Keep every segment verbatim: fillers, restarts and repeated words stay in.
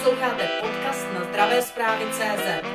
Posloucháte podcast na zdravé zprávy tečka cé zet.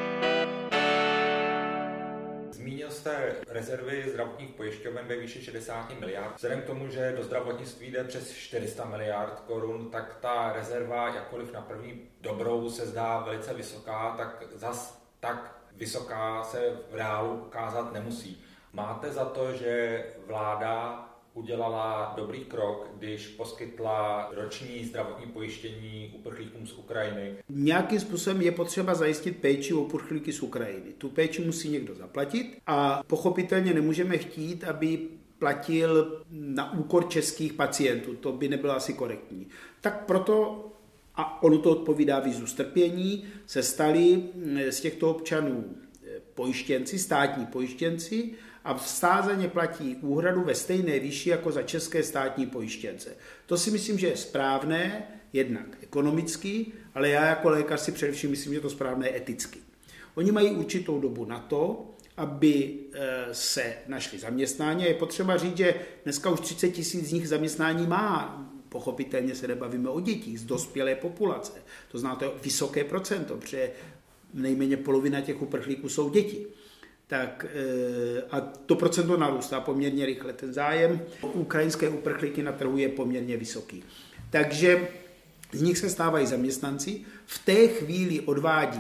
Zmínil jste rezervy zdravotních pojišťoven ve výši šedesát miliard. Vzhledem k tomu, že do zdravotnictví jde přes čtyři sta miliard korun, tak ta rezerva, jakkoliv na první dobrou se zdá velice vysoká, tak zas tak vysoká se v reálu ukázat nemusí. Máte za to, že vláda udělala dobrý krok, když poskytla roční zdravotní pojištění uprchlíkům z Ukrajiny? Nějakým způsobem je potřeba zajistit péči o uprchlíky z Ukrajiny. Tu péči musí někdo zaplatit a pochopitelně nemůžeme chtít, aby platil na úkor českých pacientů. To by nebylo asi korektní. Tak proto, a ono to odpovídá výzvu strpění, se stali z těchto občanů pojištěnci, státní pojištěnci, a v stázeně platí úhradu ve stejné výši jako za české státní pojištěnce. To si myslím, že je správné, jednak ekonomicky, ale já jako lékař si především myslím, že to správné je eticky. Oni mají určitou dobu na to, aby se našli zaměstnání. Je potřeba říct, že dneska už třicet tisíc z nich zaměstnání má. Pochopitelně se nebavíme o dětích z dospělé populace. To znamená, to je vysoké procento, protože nejméně polovina těch uprchlíků jsou děti. Tak, a to procento narůstá poměrně rychle. Ten zájem o ukrajinské uprchlíky na trhu je poměrně vysoký. Takže z nich se stávají zaměstnanci, v té chvíli odvádí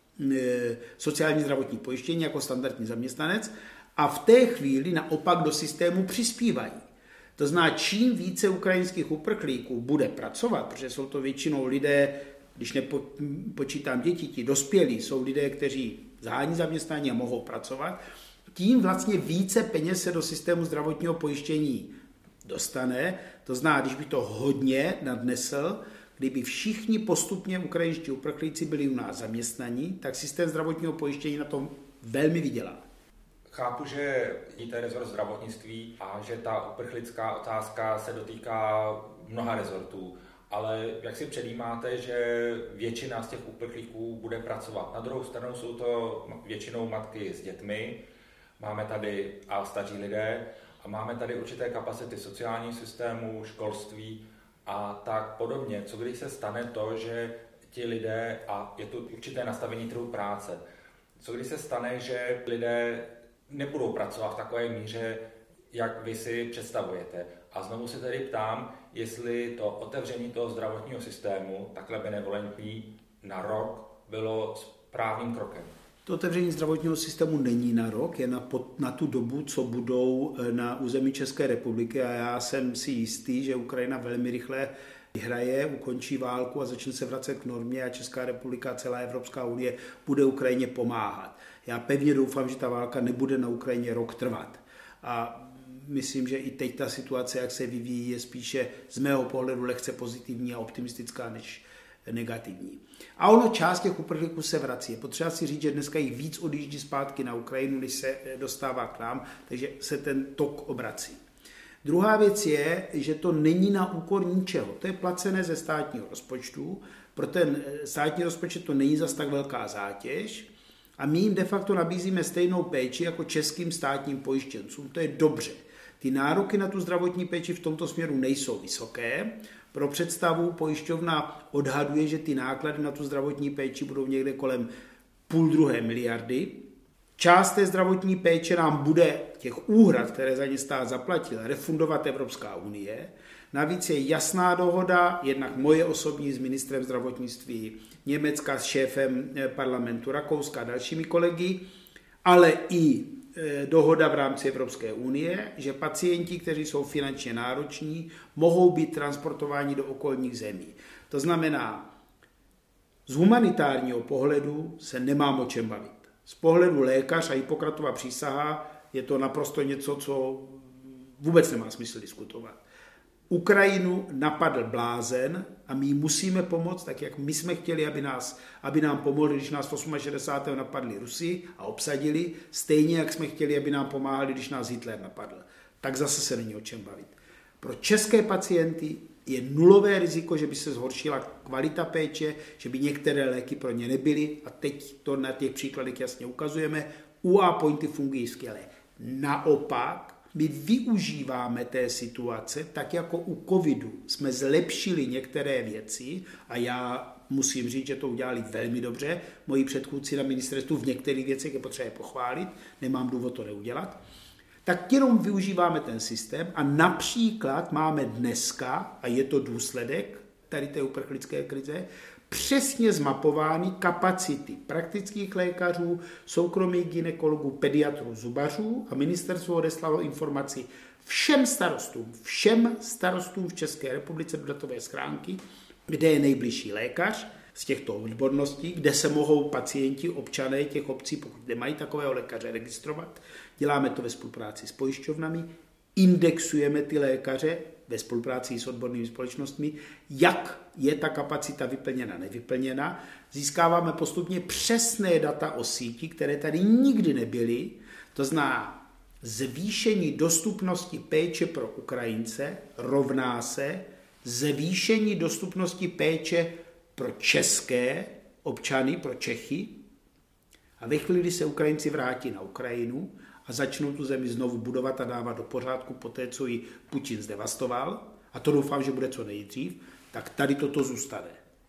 sociální zdravotní pojištění jako standardní zaměstnanec a v té chvíli naopak do systému přispívají. To znamená, čím více ukrajinských uprchlíků bude pracovat, protože jsou to většinou lidé, když nepočítám děti, ti dospělí, jsou lidé, kteří zahání zaměstnání a mohou pracovat, tím vlastně více peněz se do systému zdravotního pojištění dostane. To znamená, když by to hodně nadnesl, kdyby všichni postupně ukrajinští uprchlíci byli u nás zaměstnaní, tak systém zdravotního pojištění na tom velmi vydělá. Chápu, že vidíte rezort zdravotnictví a že ta uprchlická otázka se dotýká mnoha rezortů. Ale jak si předjímáte, že většina z těch uprchlíků bude pracovat? Na druhou stranu jsou to většinou matky s dětmi, máme tady a staří lidé a máme tady určité kapacity sociálních systémů, školství a tak podobně. Co když se stane to, že ti lidé, a je tu určité nastavení trhu práce, co když se stane, že lidé nebudou pracovat v takové míře, jak vy si představujete? A znovu se tedy ptám, jestli to otevření toho zdravotního systému, takhle benevolentní, na rok bylo správným krokem. To otevření zdravotního systému není na rok, je na, pod, na tu dobu, co budou na území České republiky a já jsem si jistý, že Ukrajina velmi rychle vyhraje, ukončí válku a začne se vracet k normě a Česká republika a celá Evropská unie bude Ukrajině pomáhat. Já pevně doufám, že ta válka nebude na Ukrajině rok trvat. A myslím, že i teď ta situace, jak se vyvíjí, je spíše z mého pohledu lehce pozitivní a optimistická než negativní. A ono část těch uprchlíků se vrací. Je potřeba si říct, že dneska jich víc odjíždí zpátky na Ukrajinu, než se dostává k nám, takže se ten tok obrací. Druhá věc je, že to není na úkor ničeho. To je placené ze státního rozpočtu. Pro ten státní rozpočet to není zas tak velká zátěž a my jim de facto nabízíme stejnou péči jako českým státním pojištěncům. To je dobře. Ty nároky na tu zdravotní péči v tomto směru nejsou vysoké. Pro představu pojišťovna odhaduje, že ty náklady na tu zdravotní péči budou někde kolem půl druhé miliardy. Část té zdravotní péče nám bude těch úhrad, které za ně stát zaplatil, refundovat Evropská unie. Navíc je jasná dohoda, jednak moje osobní s ministrem zdravotnictví Německa, s šéfem parlamentu Rakouska a dalšími kolegy, ale i dohoda v rámci Evropské unie, že pacienti, kteří jsou finančně nároční, mohou být transportováni do okolních zemí. To znamená, z humanitárního pohledu se nemám o čem bavit. Z pohledu lékař a Hippokratova přísaha je to naprosto něco, co vůbec nemá smysl diskutovat. Ukrajinu napadl blázen a my musíme pomoct, tak jak my jsme chtěli, aby, nás, aby nám pomohli, když nás v šedesátém osmém napadli Rusi a obsadili, stejně jak jsme chtěli, aby nám pomáhali, když nás Hitler napadl. Tak zase se není o čem bavit. Pro české pacienty je nulové riziko, že by se zhoršila kvalita péče, že by některé léky pro ně nebyly a teď to na těch příkladech jasně ukazujeme. U A pointy fungují skvěle. Naopak, My využíváme té situace, tak jako u covidu jsme zlepšili některé věci a já musím říct, že to udělali velmi dobře. Moji předchůdci na ministerstvu v některých věcech je potřeba pochválit, nemám důvod to neudělat. Tak jenom využíváme ten systém a například máme dneska, a je to důsledek tady té uprchlické krize, přesně zmapovány kapacity praktických lékařů, soukromých gynekologů, pediatrů, zubařů a ministerstvo odeslalo informaci všem starostům, všem starostům v České republice do datové schránky, kde je nejbližší lékař z těchto odborností, kde se mohou pacienti, občané těch obcí, pokud nemají takového lékaře, registrovat. Děláme to ve spolupráci s pojišťovnami, indexujeme ty lékaře ve spolupráci s odbornými společnostmi, jak je ta kapacita vyplněna, nevyplněna. Získáváme postupně přesné data o síti, které tady nikdy nebyly. To znamená, zvýšení dostupnosti péče pro Ukrajince rovná se zvýšení dostupnosti péče pro české občany, pro Čechy. A ve chvíli, kdy se Ukrajinci vrátí na Ukrajinu a začnou tu zemi znovu budovat a dávat do pořádku po té, co ji Putin zdevastoval, a to doufám, že bude co nejdřív, tak tady toto zůstane.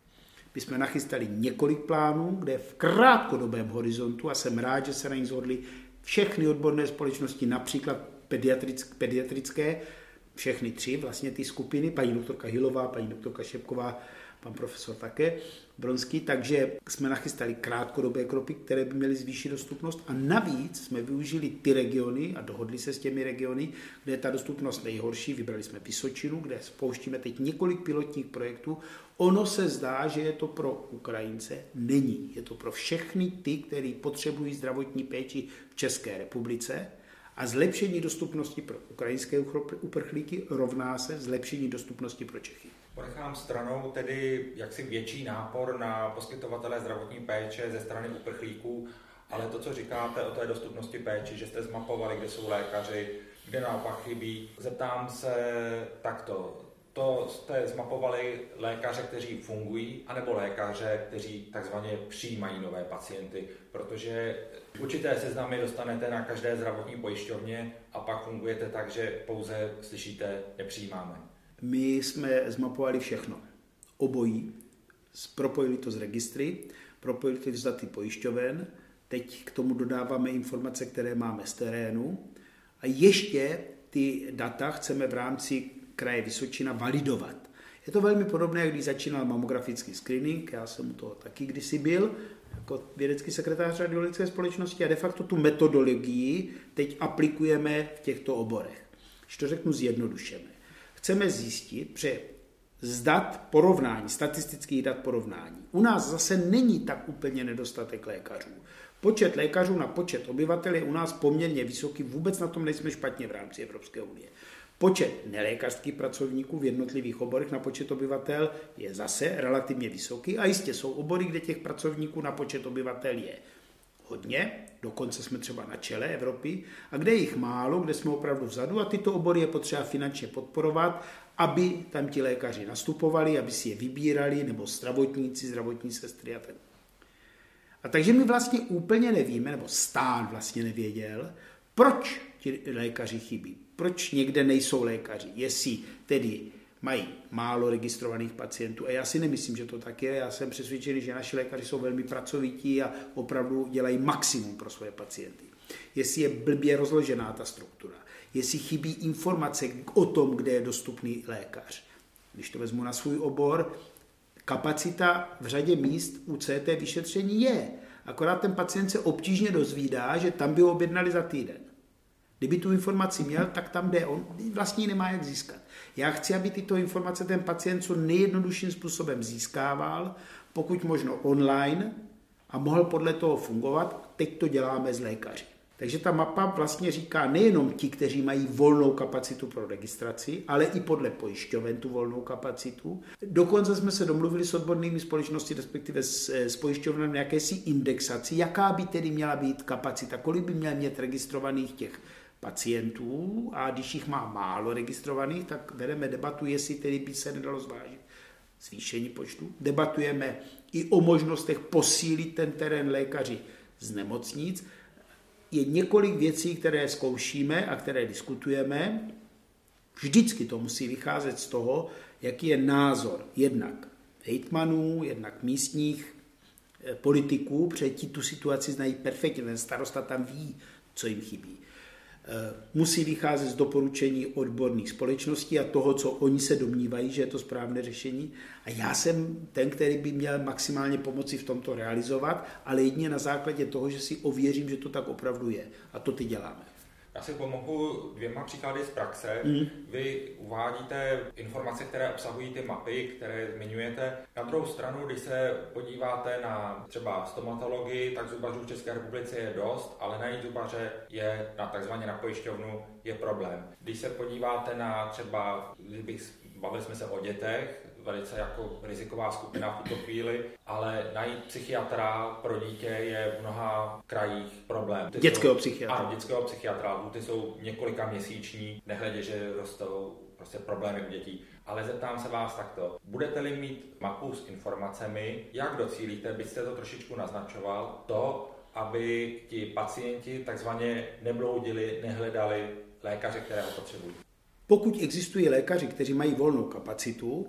My jsme nachystali několik plánů, kde v krátkodobém horizontu, a jsem rád, že se na nich shodly všechny odborné společnosti, například pediatrick, pediatrické, všechny tři vlastně ty skupiny, paní doktorka Hilová, paní doktorka Šepková, pan profesor také, Bronský, takže jsme nachystali krátkodobé kroky, které by měly zvýšit dostupnost a navíc jsme využili ty regiony a dohodli se s těmi regiony, kde je ta dostupnost nejhorší, vybrali jsme Vysočinu, kde spouštíme teď několik pilotních projektů. Ono se zdá, že je to pro Ukrajince, není. Je to pro všechny ty, kteří potřebují zdravotní péči v České republice. A zlepšení dostupnosti pro ukrajinské uprchlíky rovná se zlepšení dostupnosti pro Čechy. Ponechám stranou tedy jaksi větší nápor na poskytovatele zdravotní péče ze strany uprchlíků, ale to, co říkáte o té dostupnosti péči, že jste zmapovali, kde jsou lékaři, kde naopak chybí. Zeptám se takto. To jste zmapovali lékaře, kteří fungují, anebo lékaře, kteří takzvaně přijímají nové pacienty, protože určité seznamy dostanete na každé zdravotní pojišťovně a pak fungujete tak, že pouze slyšíte, nepřijímáme. My jsme zmapovali všechno. Obojí. Propojili to z registry, propojili to z daty pojišťoven, teď k tomu dodáváme informace, které máme z terénu a ještě ty data chceme v rámci kraje Vysočina validovat. Je to velmi podobné, jak když začínal mamografický screening, já jsem u toho taky kdysi byl, jako vědecký sekretář radiologické společnosti a de facto tu metodologii teď aplikujeme v těchto oborech. Když to řeknu zjednodušeně. Chceme zjistit, že z dat porovnání, statistických dat porovnání, u nás zase není tak úplně nedostatek lékařů. Počet lékařů na počet obyvatel je u nás poměrně vysoký, vůbec na tom nejsme špatně v rámci Evropské unie. Počet nelékařských pracovníků v jednotlivých oborech na počet obyvatel je zase relativně vysoký a jistě jsou obory, kde těch pracovníků na počet obyvatel je hodně, dokonce jsme třeba na čele Evropy, a kde je jich málo, kde jsme opravdu vzadu a tyto obory je potřeba finančně podporovat, aby tam ti lékaři nastupovali, aby si je vybírali, nebo zdravotníci, zdravotní sestry a tak. A takže my vlastně úplně nevíme, nebo stát vlastně nevěděl, proč ti lékaři chybí, proč někde nejsou lékaři, jestli tedy mají málo registrovaných pacientů. A já si nemyslím, že to tak je. Já jsem přesvědčený, že naši lékaři jsou velmi pracovití a opravdu dělají maximum pro svoje pacienty. Jestli je blbě rozložená ta struktura, jestli chybí informace o tom, kde je dostupný lékař. Když to vezmu na svůj obor, kapacita v řadě míst u C T vyšetření je. Akorát ten pacient se obtížně dozvídá, že tam by ho objednali za týden. Kdyby tu informaci měl, tak tam jde. On vlastně nemá jak získat. Já chci, aby tyto informace ten pacient co nejjednodušším způsobem získával, pokud možno online, a mohl podle toho fungovat. Teď to děláme s lékaři. Takže ta mapa vlastně říká nejenom ti, kteří mají volnou kapacitu pro registraci, ale i podle pojišťoven tu volnou kapacitu. Dokonce jsme se domluvili s odbornými společnosti, respektive s, s pojišťovnami na jakési indexaci, jaká by tedy měla být kapacita, kolik by měl mít registrovaných těch pacientů, a když jich má málo registrovaných, tak vedeme debatu, jestli tedy by se nedalo zvážit zvýšení počtu. Debatujeme i o možnostech posílit ten terén lékaři z nemocnic. je několik věcí, které zkoušíme a které diskutujeme. Vždycky to musí vycházet z toho, jaký je názor jednak hejtmanů, jednak místních politiků, protože ti tu situaci znají perfektně, ten starosta tam ví, co jim chybí. Musí vycházet z doporučení odborných společností a toho, co oni se domnívají, že je to správné řešení. A já jsem ten, který by měl maximálně pomoci v tomto realizovat, ale jedině na základě toho, že si ověřím, že to tak opravdu je. A to ty děláme. Já si pomohu dvěma příklady z praxe. Mm. Vy uvádíte informace, které obsahují ty mapy, které zmiňujete. Na druhou stranu, když se podíváte na třeba stomatologii, tak zubařů v České republice je dost, ale najít zubaře je na takzvaně na pojišťovnu je problém. Když se podíváte na třeba, kdybych bavili jsme se o dětech, velice jako riziková skupina v tuto chvíli, ale najít psychiatra pro dítě je v mnoha krajích problém. Ty dětského jsou, psychiatra. Ano, dětského psychiatra. Ty jsou několika měsíční, nehledě, že rostou prostě problémy u dětí. Ale zeptám se vás takto. Budete-li mít mapu s informacemi, jak docílíte, byste to trošičku naznačoval, to, aby ti pacienti takzvaně nebloudili, nehledali lékaře, kterého potřebují? Pokud existují lékaři, kteří mají volnou kapacitu,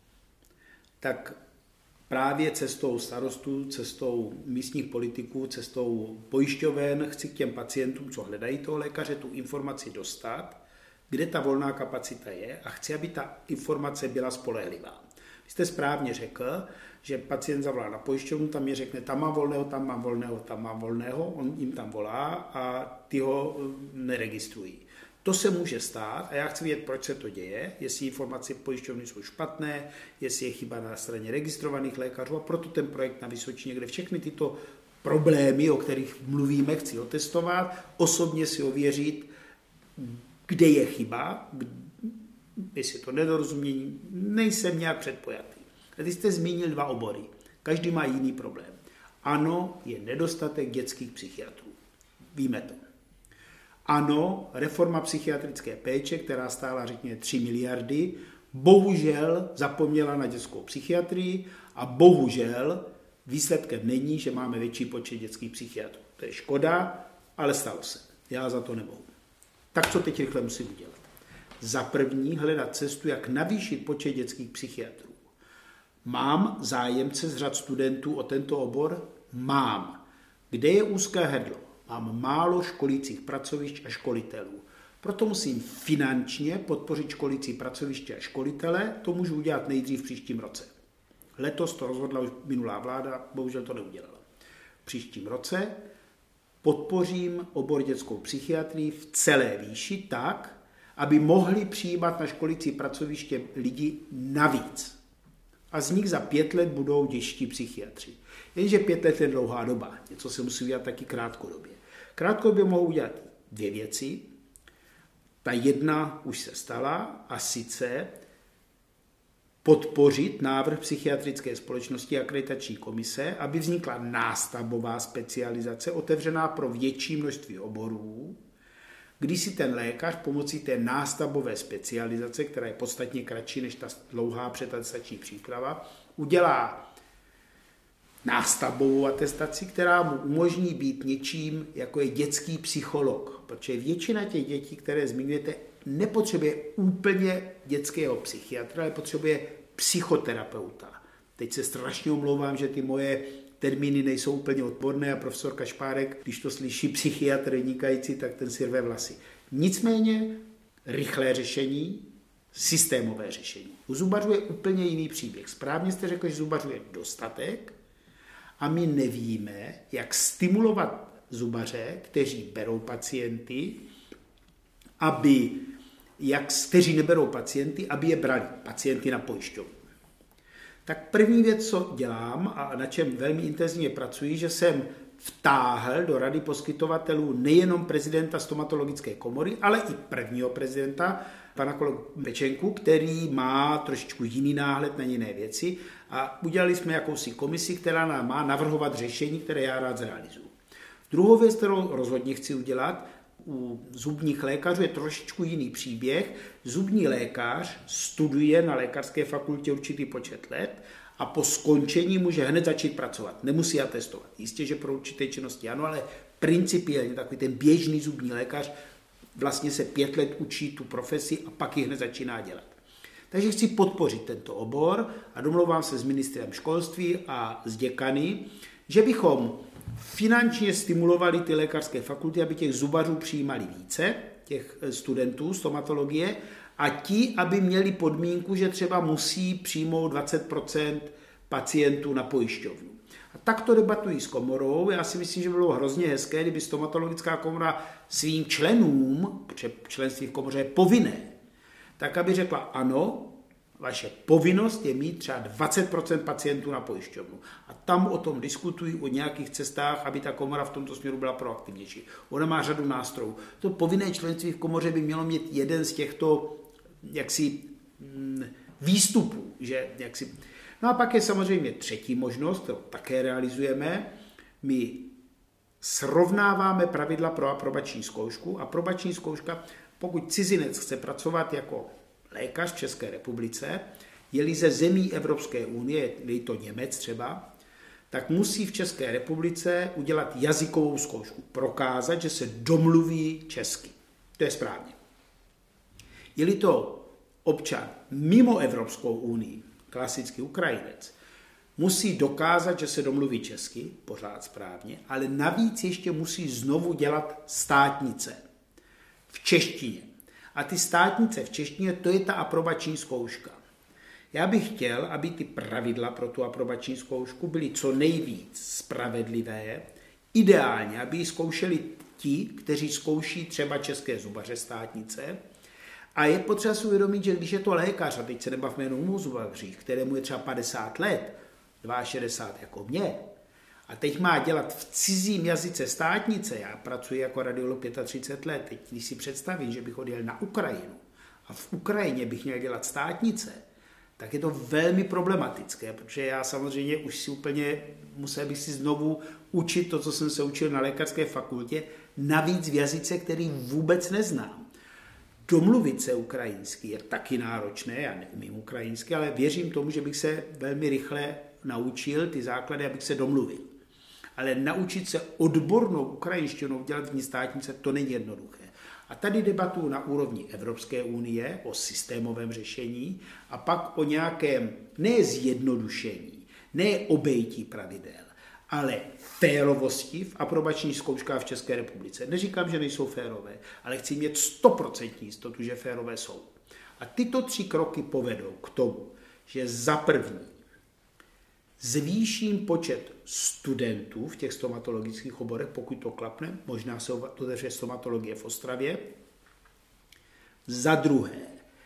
tak právě cestou starostů, cestou místních politiků, cestou pojišťoven chci k těm pacientům, co hledají toho lékaře, tu informaci dostat, kde ta volná kapacita je a chci, aby ta informace byla spolehlivá. Vy jste správně řekl, že pacient zavolá na pojišťovnu, tam je řekne, tam mám volného, tam mám volného, tam mám volného, on jim tam volá a ty ho neregistrují. To se může stát a já chci vědět, proč se to děje, jestli informace pojišťovny jsou špatné, jestli je chyba na straně registrovaných lékařů a proto ten projekt na Vysočině, kde všechny tyto problémy, o kterých mluvíme, chci otestovat, osobně si ověřit, kde je chyba, jestli to nedorozumění, nejsem nějak předpojatý. Vy jste zmínil dva obory, každý má jiný problém. Ano, je nedostatek dětských psychiatrů, víme to. Ano, reforma psychiatrické péče, která stála, řekněme, tři miliardy, bohužel zapomněla na dětskou psychiatrii a bohužel výsledkem není, že máme větší počet dětských psychiatrů. To je škoda, ale stalo se. Já za to nemohu. Tak co teď rychle musím udělat? Za první hledat cestu, jak navýšit počet dětských psychiatrů. Mám zájemce z řad studentů o tento obor? Mám. Kde je úzké hrdlo? Mám málo školících pracovišť a školitelů. Proto musím finančně podpořit školící pracoviště a školitele. To můžu udělat nejdřív v příštím roce. Letos to rozhodla už minulá vláda, bohužel to neudělala. V příštím roce podpořím obor dětskou psychiatrii v celé výši tak, aby mohli přijímat na školící pracoviště lidi navíc. A z nich za pět let budou dětští psychiatři. Jenže pět let je dlouhá doba. Něco se musí udělat taky krátkodobě. Krátkodobě mohou udělat dvě věci. Ta jedna už se stala a sice podpořit návrh psychiatrické společnosti a akreditační komise, aby vznikla nástavbová specializace otevřená pro větší množství oborů, kdy si ten lékař pomocí té nástavbové specializace, která je podstatně kratší než ta dlouhá předatestační příprava, udělá nástavbovou atestaci, která mu umožní být něčím, jako je dětský psycholog. Protože většina těch dětí, které zmiňujete, nepotřebuje úplně dětského psychiatra, ale potřebuje psychoterapeuta. Teď se strašně omlouvám, že ty moje termíny nejsou úplně odborné a profesor Kašpárek, když to slyší psychiatr nikající, tak ten si rve vlasy. Nicméně rychlé řešení, systémové řešení. U zubařů je úplně jiný příběh. Správně jste řekl, že zubařů je dostatek a my nevíme, jak stimulovat zubaře, kteří berou pacienty, aby, jak, kteří neberou pacienty, aby je brali, pacienty na pojišťovnu. Tak první věc, co dělám a na čem velmi intenzivně pracuji, že jsem vtáhl do rady poskytovatelů nejenom prezidenta stomatologické komory, ale i prvního prezidenta, pana kolegu Pečenku, který má trošičku jiný náhled na jiné věci a udělali jsme jakousi komisi, která nám má navrhovat řešení, které já rád zrealizuju. Druhou věc, kterou rozhodně chci udělat, u zubních lékařů je trošičku jiný příběh. Zubní lékař studuje na lékařské fakultě určitý počet let a po skončení může hned začít pracovat. Nemusí atestovat. Jistě, že pro určité činnosti ano, ale principiálně takový ten běžný zubní lékař vlastně se pět let učí tu profesi a pak ji hned začíná dělat. Takže chci podpořit tento obor a domlouvám se s ministrem školství a s děkany, že bychom finančně stimulovali ty lékařské fakulty, aby těch zubařů přijímali více, těch studentů stomatologie, a ti, aby měli podmínku, že třeba musí přijmout dvacet procent pacientů na pojišťovnu. A tak to debatují s komorou. Já si myslím, že bylo hrozně hezké, kdyby stomatologická komora svým členům, protože členství v komoře je povinné, tak aby řekla ano, vaše povinnost je mít třeba dvacet procent pacientů na pojišťovnu. A tam o tom diskutují o nějakých cestách, aby ta komora v tomto směru byla proaktivnější. Ona má řadu nástrojů. To povinné členství v komoře by mělo mít jeden z těchto jaksi výstupů. Že jaksi... No a pak je samozřejmě třetí možnost, kterou také realizujeme. My srovnáváme pravidla pro aprobační zkoušku. Aprobační zkouška, pokud cizinec chce pracovat jako lékař v České republice, je-li ze zemí Evropské unie, je to Němec třeba, tak musí v České republice udělat jazykovou zkoušku. Prokázat, že se domluví česky. To je správně. Je-li to občan mimo Evropskou unii, klasický Ukrajinec, musí dokázat, že se domluví česky, pořád správně, ale navíc ještě musí znovu dělat státnice v češtině. A ty státnice v češtině, to je ta aprobační zkouška. Já bych chtěl, aby ty pravidla pro tu aprobační zkoušku byly co nejvíc spravedlivé, ideálně, aby ji zkoušeli ti, kteří zkouší třeba české zubaře státnice. A je potřeba si uvědomit, že když je to lékař, a teď se nebavme jenom o zubařích, kterému je třeba padesát let, šedesát dva jako mě, a teď má dělat v cizím jazyce státnice, já pracuji jako radiolog třicet pět let, teď když si představím, že bych odjel na Ukrajinu a v Ukrajině bych měl dělat státnice, tak je to velmi problematické, protože já samozřejmě už si úplně musel bych si znovu učit to, co jsem se učil na lékařské fakultě, navíc v jazyce, který vůbec neznám. Domluvit se ukrajinsky je taky náročné, já neumím ukrajinsky, ale věřím tomu, že bych se velmi rychle naučil ty základy, abych se domluvil. Ale naučit se odbornou ukrajinštinou dělat v ní státnice, to není jednoduché. A tady debatuju na úrovni Evropské unie o systémovém řešení a pak o nějakém ne zjednodušení, ne obejití pravidel, ale férovosti v aprobačních zkouškách v České republice. Neříkám, že nejsou férové, ale chci mít stoprocentní jistotu, že férové jsou. A tyto tři kroky povedou k tomu, že za první zvýším počet studentů v těch stomatologických oborech, pokud to klapne, možná se otevře stomatologie v Ostravě. Za druhé,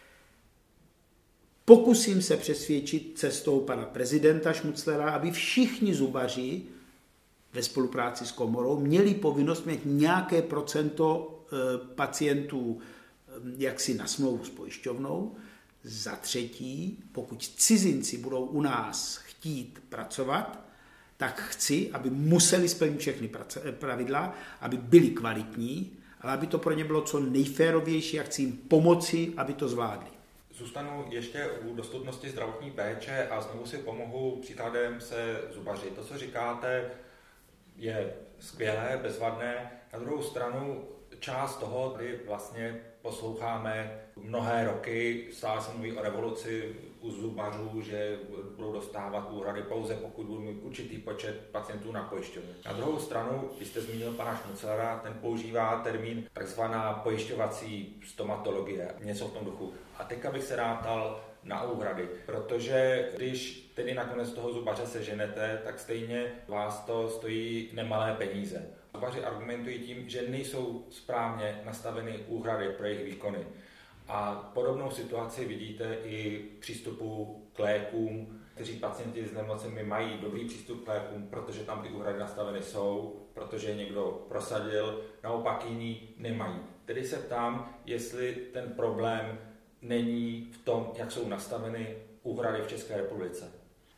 pokusím se přesvědčit cestou pana prezidenta Šmuclera, aby všichni zubaři ve spolupráci s komorou měli povinnost mít nějaké procento pacientů jaksi na smlouvu s pojišťovnou. Za třetí, pokud cizinci budou u nás chtít pracovat, tak chci, aby museli splnit všechny pravidla, aby byli kvalitní, ale aby to pro ně bylo co nejférovější a chci jim pomoci, aby to zvládli. Zůstanu ještě u dostupnosti zdravotní péče a znovu si pomohu příkladem se zubaři. To, co říkáte, je skvělé, bezvadné. Na druhou stranu část toho, kdy vlastně posloucháme mnohé roky, stále se mluví o revoluci u zubařů, že budou dostávat úhrady pouze, pokud budou mít určitý počet pacientů na pojišťovně. Na druhou stranu, když jste zmínil pana Šmuclera, ten používá termín takzvaná pojišťovací stomatologie, něco v tom duchu. A teďka bych se rátal na úhrady, protože když tedy nakonec toho zubaře seženete, tak stejně vás to stojí nemalé peníze. Zubaři argumentují tím, že nejsou správně nastaveny úhrady pro jejich výkony. A podobnou situaci vidíte i v přístupu k lékům, kteří pacienti s nemocemi mají dobrý přístup k lékům, protože tam ty úhrady nastaveny jsou, protože je někdo prosadil, naopak jiní nemají. Tedy se ptám, jestli ten problém není v tom, jak jsou nastaveny úhrady v České republice.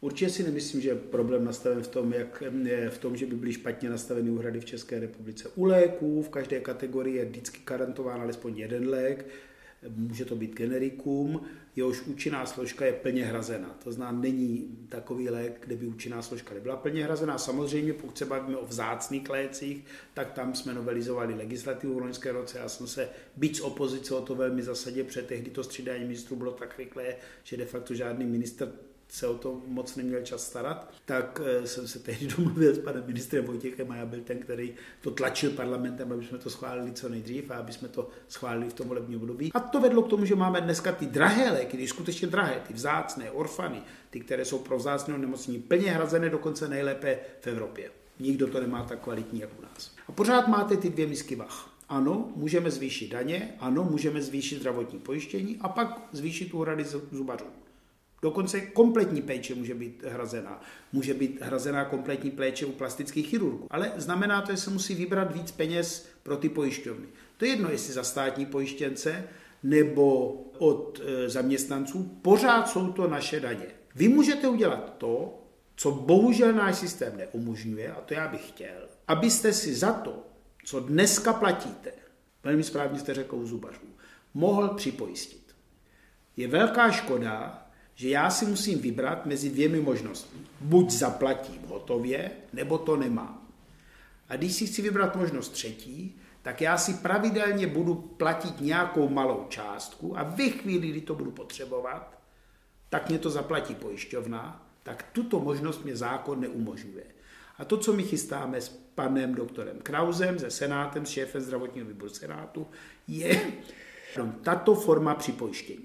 Určitě si nemyslím, že je problém nastaven v tom, jak, v tom, že by byly špatně nastaveny úhrady v České republice. U léků v každé kategorii je vždycky garantován alespoň jeden lék, může to být generikum, jehož účinná složka je plně hrazena. To znamená, není takový lék, kde by účinná složka nebyla plně hrazená. Samozřejmě, pokud se bavíme o vzácných lécích, tak tam jsme novelizovali legislativu v loňském roce. Já jsem se, byť z opozice, o to velmi zasadě, před tehdy to střídání ministrů bylo tak rychlé, že de facto žádný ministr se o to moc neměl čas starat, tak jsem se tehdy domluvil s panem ministrem Vojtěchem a já byl ten, který to tlačil parlamentem, aby jsme to schválili co nejdřív a aby jsme to schválili v tom volebním období. A to vedlo k tomu, že máme dneska ty drahé léky, ty skutečně drahé, ty vzácné, orfany, ty, které jsou pro vzácné onemocnění plně hrazené, dokonce nejlépe v Evropě. Nikdo to nemá tak kvalitní, jak u nás. A pořád máte ty dvě misky vah. Ano, můžeme zvýšit daně, ano, můžeme zvýšit zdravotní pojištění a pak zvýšit úhrady zubařů. Dokonce kompletní péče může být hrazená. Může být hrazená kompletní péče u plastických chirurgů. Ale znamená to, že se musí vybrat víc peněz pro ty pojišťovny. To je jedno, jestli za státní pojištěnce nebo od e, zaměstnanců. Pořád jsou to naše daně. Vy můžete udělat to, co bohužel náš systém neumožňuje, a to já bych chtěl, abyste si za to, co dneska platíte, velmi správně jste řekl u zubařů, mohl připojistit. Je velká škoda, že já si musím vybrat mezi dvěmi možnostmi. Buď zaplatím hotově, nebo to nemám. A když si chci vybrat možnost třetí, tak já si pravidelně budu platit nějakou malou částku a ve chvíli, kdy to budu potřebovat, tak mě to zaplatí pojišťovna, tak tuto možnost mě zákon neumožňuje. A to, co my chystáme s panem doktorem Krausem, se Senátem, s šéfem zdravotního výboru Senátu, je tato forma připojištění.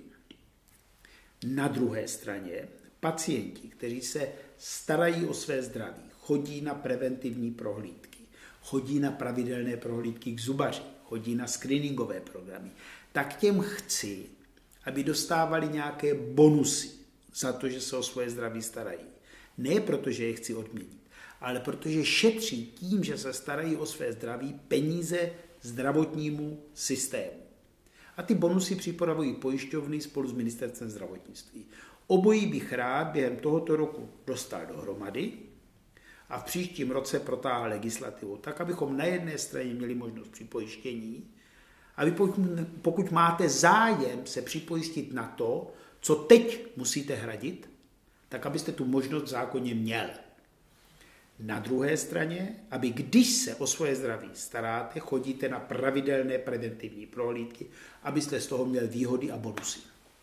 Na druhé straně pacienti, kteří se starají o své zdraví, chodí na preventivní prohlídky, chodí na pravidelné prohlídky k zubaři, chodí na screeningové programy, tak těm chci, aby dostávali nějaké bonusy za to, že se o svoje zdraví starají. Ne proto, že je chci odměnit, ale protože šetří tím, že se starají o své zdraví, peníze zdravotnímu systému. A ty bonusy připravují pojišťovny spolu s ministerstvem zdravotnictví. Obojí bych rád během tohoto roku dostal dohromady a v příštím roce protáhl legislativu, tak abychom na jedné straně měli možnost připojištění, a pokud máte zájem se připojistit na to, co teď musíte hradit, tak abyste tu možnost v zákoně měl. Na druhé straně, aby když se o svoje zdraví staráte, chodíte na pravidelné preventivní prohlídky, abyste z toho měl výhody a bonusy.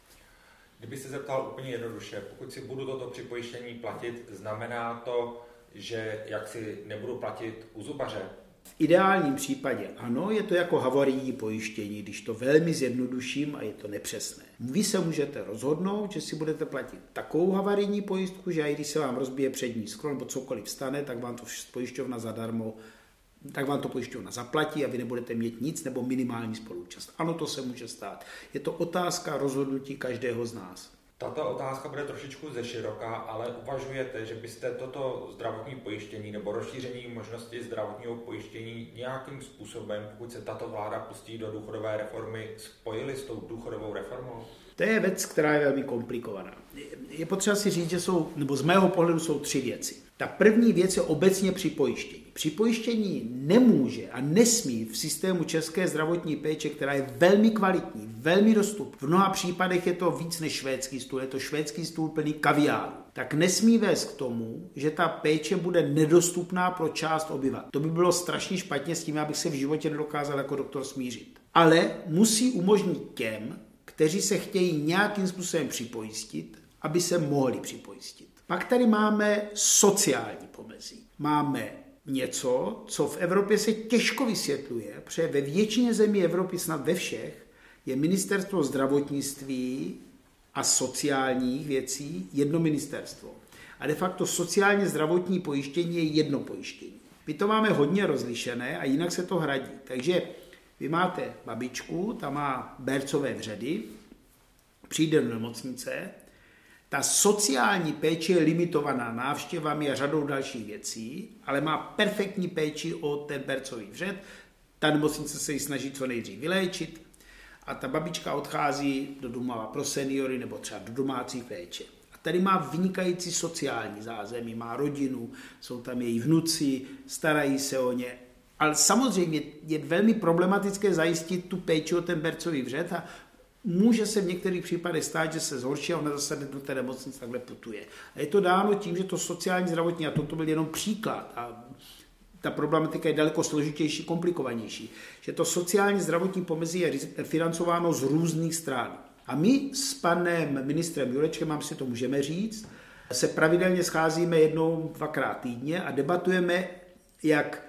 Kdyby se zeptal úplně jednoduše, pokud si budu toto připojištění platit, znamená to, že jak si nebudu platit u zubaře? V ideálním případě ano, je to jako havarijní pojištění, když to velmi zjednoduším a je to nepřesné. Vy se můžete rozhodnout, že si budete platit takovou havarijní pojistku, že i když se vám rozbije přední sklo nebo cokoliv stane, tak vám to pojišťovna zadarmo, tak vám to pojišťovna zaplatí a vy nebudete mít nic nebo minimální spoluúčast. Ano, to se může stát. Je to otázka rozhodnutí každého z nás. Tato otázka bude trošičku zeširoká, ale uvažujete, že byste toto zdravotní pojištění nebo rozšíření možnosti zdravotního pojištění nějakým způsobem, pokud se tato vláda pustí do důchodové reformy, spojili s tou důchodovou reformou? To je věc, která je velmi komplikovaná. Je potřeba si říct, že jsou, nebo z mého pohledu jsou tři věci. Ta první věc je obecně připojištění. Připojištění nemůže a nesmí v systému české zdravotní péče, která je velmi kvalitní, velmi dostupná. V mnoha případech je to víc než švédský stůl, je to švédský stůl plný kaviáru. Tak nesmí vést k tomu, že ta péče bude nedostupná pro část obyvatel. To by bylo strašně špatně, s tím já bych se v životě nedokázal jako doktor smířit. Ale musí umožnit těm, kteří se chtějí nějakým způsobem připojistit, aby se mohli připojistit. Pak tady máme sociální pomezí. Máme něco, co v Evropě se těžko vysvětluje, protože ve většině zemí Evropy, snad ve všech, je ministerstvo zdravotnictví a sociálních věcí jedno ministerstvo. A de facto sociálně zdravotní pojištění je jedno pojištění. My to máme hodně rozlišené a jinak se to hradí. Takže vy máte babičku, ta má bercové vředy, přijde do nemocnice, ta sociální péče je limitovaná návštěvami a řadou dalších věcí, ale má perfektní péči o ten bercový vřed, ta nemocnice se ji snaží co nejdřív vyléčit a ta babička odchází do domova pro seniory nebo třeba do domácí péče. A tady má vynikající sociální zázemí, má rodinu, jsou tam její vnuci, starají se o ně. Ale samozřejmě je velmi problematické zajistit tu péči o ten bercový vřet a může se v některých případech stát, že se zhorší a ona zase do té nemocnice takhle putuje. A je to dáno tím, že to sociální zdravotní, a toto byl jenom příklad, a ta problematika je daleko složitější, komplikovanější, že to sociální zdravotní pomezí je financováno z různých stran. A my s panem ministrem Jurečkem, mám si to můžeme říct, se pravidelně scházíme jednou, dvakrát týdně a debatujeme, jak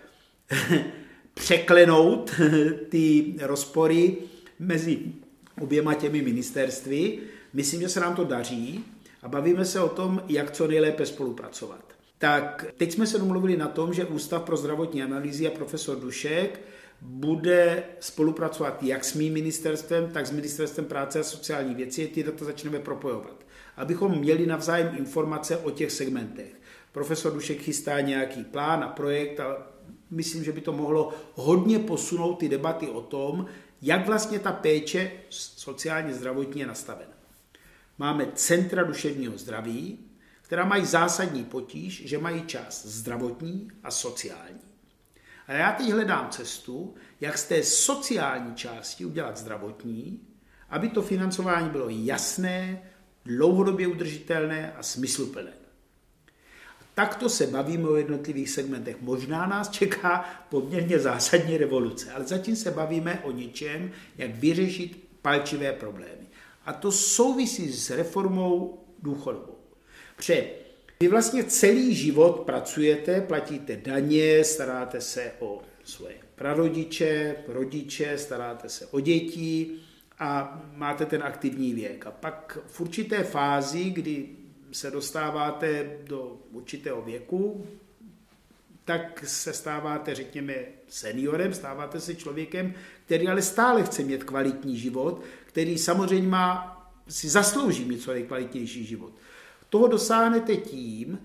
překlenout ty rozpory mezi oběma těmi ministerstvy. Myslím, že se nám to daří a bavíme se o tom, jak co nejlépe spolupracovat. Tak teď jsme se domluvili na tom, že Ústav pro zdravotní analýzy a profesor Dušek bude spolupracovat jak s mým ministerstvem, tak s Ministerstvem práce a sociální věcí. Ty data začneme propojovat, abychom měli navzájem informace o těch segmentech. Profesor Dušek chystá nějaký plán a projekt a myslím, že by to mohlo hodně posunout ty debaty o tom, jak vlastně ta péče sociálně zdravotní je nastavena. Máme centra duševního zdraví, která mají zásadní potíž, že mají část zdravotní a sociální. A já teď hledám cestu, jak z té sociální části udělat zdravotní, aby to financování bylo jasné, dlouhodobě udržitelné a smysluplné. Takto se bavíme o jednotlivých segmentech. Možná nás čeká poměrně zásadní revoluce, ale zatím se bavíme o něčem, jak vyřešit palčivé problémy. A to souvisí s reformou důchodovou. Protože vy vlastně celý život pracujete, platíte daně, staráte se o svoje prarodiče, rodiče, staráte se o děti a máte ten aktivní věk. A pak v určité fázi, kdy se dostáváte do určitého věku, tak se stáváte, řekněme, seniorem, stáváte se člověkem, který ale stále chce mít kvalitní život, který samozřejmě má, si zaslouží mít co nejkvalitnější život. Toho dosáhnete tím,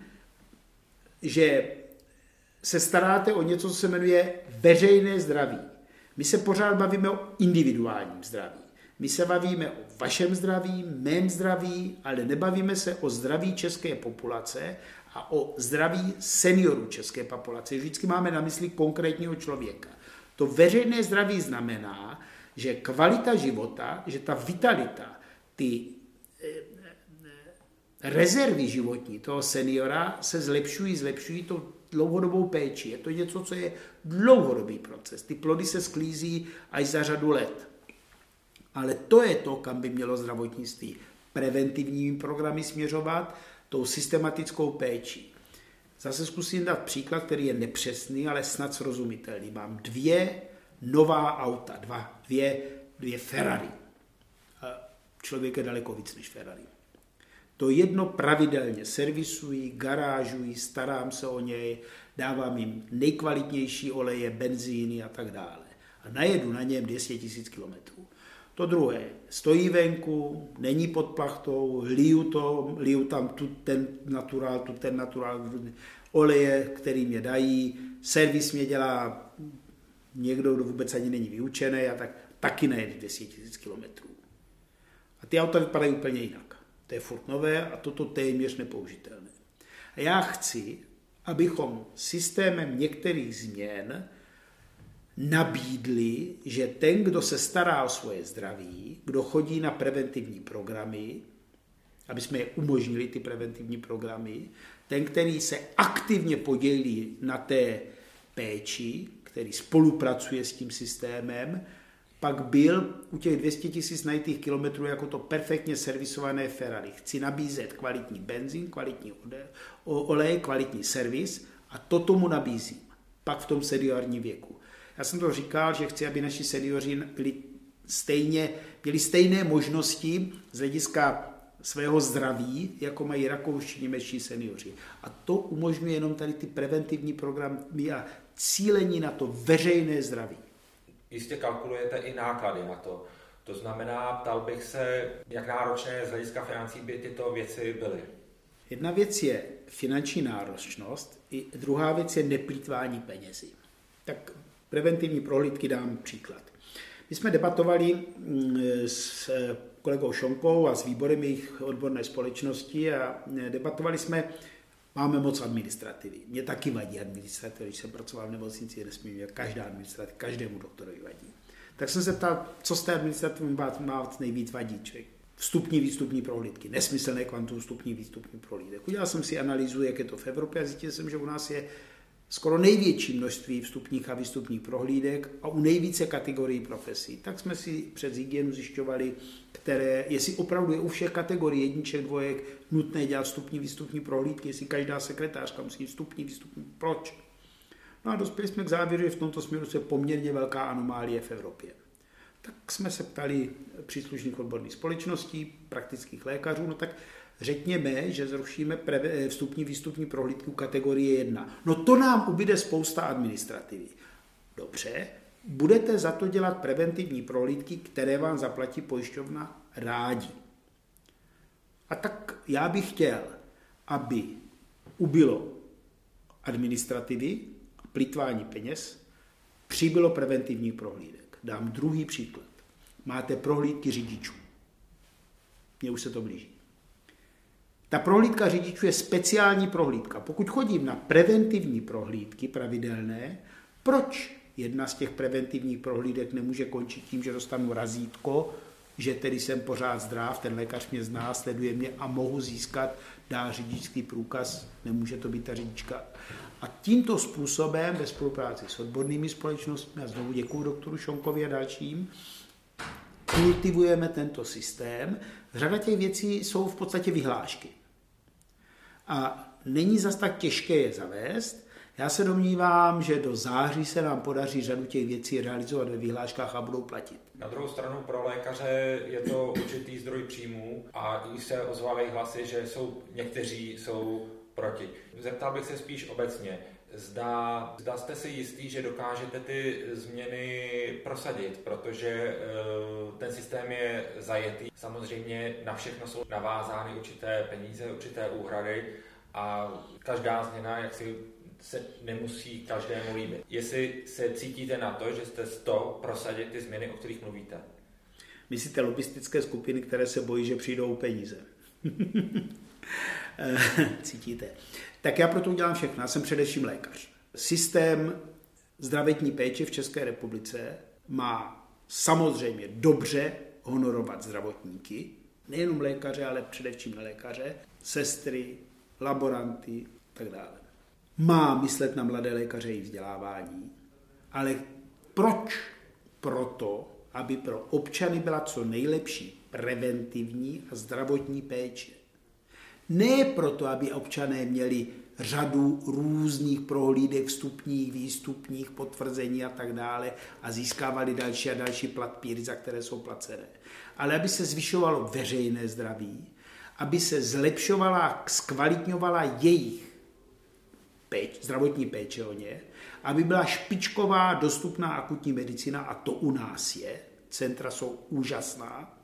že se staráte o něco, co se jmenuje veřejné zdraví. My se pořád bavíme o individuálním zdraví. My se bavíme o vašem zdraví, mém zdraví, ale nebavíme se o zdraví české populace a o zdraví seniorů české populace. Vždycky máme na mysli konkrétního člověka. To veřejné zdraví znamená, že kvalita života, že ta vitalita, ty rezervy životní toho seniora se zlepšují, zlepšují to dlouhodobou péči. Je to něco, co je dlouhodobý proces. Ty plody se sklízí až za řadu let. Ale to je to, kam by mělo zdravotnictví preventivními programy směřovat, tou systematickou péčí. Zase zkusím dát příklad, který je nepřesný, ale snad srozumitelný. Mám dvě nová auta, dva, dvě, dvě Ferrari. A člověk je daleko víc než Ferrari. To jedno pravidelně servisuji, garážuji, starám se o něj, dávám jim nejkvalitnější oleje, benzíny a tak dále. A najedu na něm dvě stě tisíc kilometrů. To druhé, stojí venku, není pod plachtou, liju, to, liju tam tu ten naturál, tu ten naturál, oleje, který mě dají, servis mě dělá někdo, kdo vůbec ani není vyučený, a tak taky nejede dvě stě tisíc kilometrů. A ty auta vypadají úplně jinak. To je furt nové a toto téměř nepoužitelné. A já chci, abychom systémem některých změn nabídli, že ten, kdo se stará o svoje zdraví, kdo chodí na preventivní programy, aby jsme je umožnili, ty preventivní programy, ten, který se aktivně podílí na té péči, který spolupracuje s tím systémem, pak byl u těch dvě stě tisíc najitých kilometrů jako to perfektně servisované Ferrari. Chci nabízet kvalitní benzín, kvalitní olej, kvalitní servis a to tomu nabízím. Pak v tom seniorním věku. Já jsem to říkal, že chci, aby naši seniori byli stejně, měli stejné možnosti z hlediska svého zdraví, jako mají rakouští, němečtí seniori. A to umožňuje jenom tady ty preventivní programy a cílení na to veřejné zdraví. Jistě kalkulujete i náklady na to. To znamená, ptal bych se, jak náročné z hlediska financí by tyto věci byly. Jedna věc je finanční náročnost, i druhá věc je neplýtvání penězi. Tak preventivní prohlídky dám příklad. My jsme debatovali s kolegou Šonkou a s výborem jejich odborné společnosti a debatovali jsme, máme moc administrativy. Mě taky vadí administrativa, když jsem pracoval v nemocnici, nesmím mít každá administrativa, každému doktorovi vadí. Tak jsem se ptal, co z té administrativy má nejvíc vadí člověk. Vstupní, výstupní prohlídky, nesmyslné kvantum vstupní, výstupní prohlídek. Udělal jsem si analýzu, jak je to v Evropě a zjistil jsem, že u nás je skoro největší množství vstupních a výstupních prohlídek a u nejvíce kategorií profesí. Tak jsme si přes hygienu zjišťovali, které, jestli opravdu je u všech kategorií jedniček, dvojek nutné dělat vstupní, výstupní prohlídky, jestli každá sekretářka musí vstupní, výstupní, proč? No a dospěli jsme k závěru, že v tomto směru je poměrně velká anomálie v Evropě. Tak jsme se ptali příslušných odborných společností, praktických lékařů, no tak řekněme, že zrušíme vstupní, výstupní prohlídku kategorie jedna. No to nám ubyde spousta administrativy. Dobře, budete za to dělat preventivní prohlídky, které vám zaplatí pojišťovna rádi. A tak já bych chtěl, aby ubylo administrativy, plýtvání peněz, přibylo preventivních prohlídek. Dám druhý příklad. Máte prohlídky řidičů. Mně už se to blíží. Ta prohlídka řidičů je speciální prohlídka. Pokud chodím na preventivní prohlídky pravidelné, proč jedna z těch preventivních prohlídek nemůže končit tím, že dostanu razítko, že tedy jsem pořád zdrav, ten lékař mě zná, sleduje mě a mohu získat dál řidičský průkaz, nemůže to být ta řidička. A tímto způsobem ve spolupráci s odbornými společnostmi, a znovu děkuji doktoru Šonkovi a dalším, kultivujeme tento systém. Řada těch věcí jsou v podstatě vyhlášky. A není zas tak těžké je zavést. Já se domnívám, že do září se nám podaří řadu těch věcí realizovat ve vyhláškách a budou platit. Na druhou stranu pro lékaře je to určitý zdroj příjmů a i se ozvávají hlasy, že jsou někteří jsou proti. Zeptal bych se spíš obecně. Zda, zda jste si jistý, že dokážete ty změny prosadit, protože uh, ten systém je zajetý. Samozřejmě na všechno jsou navázány určité peníze, určité úhrady a každá změna jaksi se nemusí každému líbit. Jestli se cítíte na to, že jste z toho prosadit ty změny, o kterých mluvíte? Myslíte lobistické skupiny, které se bojí, že přijdou peníze? Cítíte. Tak já proto udělám všechno. Já jsem především lékař. Systém zdravotní péče v České republice má samozřejmě dobře honorovat zdravotníky, nejenom lékaře, ale především lékaře, sestry, laboranty a tak dále. Má myslet na mladé lékaře i vzdělávání, ale proč? Proto, aby pro občany byla co nejlepší preventivní a zdravotní péče. Ne proto, aby občané měli řadu různých prohlídek, vstupních, výstupních, potvrzení a tak dále a získávali další a další platpíry, za které jsou placené. Ale aby se zvyšovalo veřejné zdraví, aby se zlepšovala, zkvalitňovala jejich péč, zdravotní péče o ně, aby byla špičková, dostupná akutní medicína, a to u nás je, centra jsou úžasná,